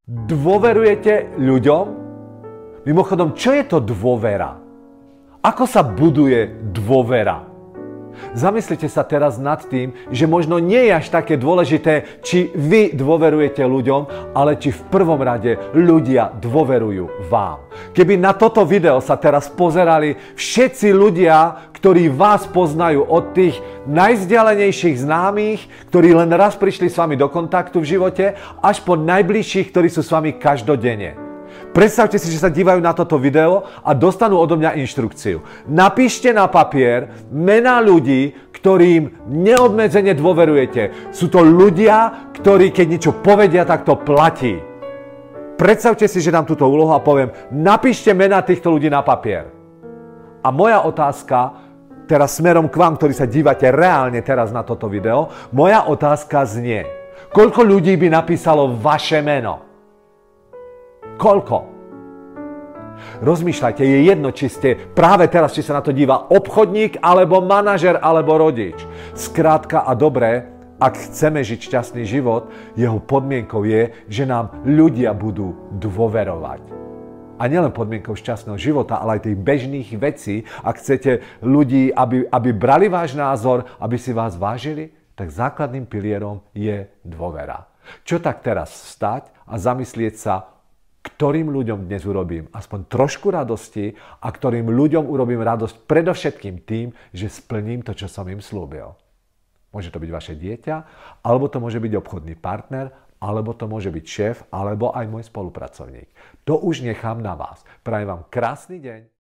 Dôverujete ľuďom? Mimochodom, čo je to dôvera? Ako sa buduje dôvera? Zamyslite sa teraz nad tým, že možno nie je až také dôležité, či vy dôverujete ľuďom, ale či v prvom rade ľudia dôverujú vám. Keby na toto video sa teraz pozerali všetci ľudia, ktorí vás poznajú, od tých najvzdialenejších známych, ktorí len raz prišli s vami do kontaktu v živote, až po najbližších, ktorí sú s vami každodenne. Predstavte si, že sa dívajú na toto video a dostanú odo mňa inštrukciu. Napíšte na papier mená ľudí, ktorým neobmedzene dôverujete. Sú to ľudia, ktorí keď niečo povedia, tak to platí. Predstavte si, že dám túto úlohu a poviem, napíšte mená týchto ľudí na papier. A moja otázka, teraz smerom k vám, ktorí sa dívate reálne teraz na toto video, moja otázka znie, koľko ľudí by napísalo vaše meno? Koľko? Rozmýšľajte, je jedno, či ste práve teraz, či sa na to díva obchodník, alebo manažer, alebo rodič. Skrátka a dobré, ak chceme žiť šťastný život, jeho podmienkou je, že nám ľudia budú dôverovať. A nielen podmienkou šťastného života, ale aj tých bežných vecí. Ak chcete ľudí, aby brali váš názor, aby si vás vážili, tak základným pilierom je dôvera. Čo tak teraz vstať a zamyslieť sa, ktorým ľuďom dnes urobím aspoň trošku radosti a ktorým ľuďom urobím radosť predovšetkým tým, že splním to, čo som im slúbil. Môže to byť vaše dieťa, alebo to môže byť obchodný partner, alebo to môže byť šéf, alebo aj môj spolupracovník. To už nechám na vás. Prajem vám krásny deň.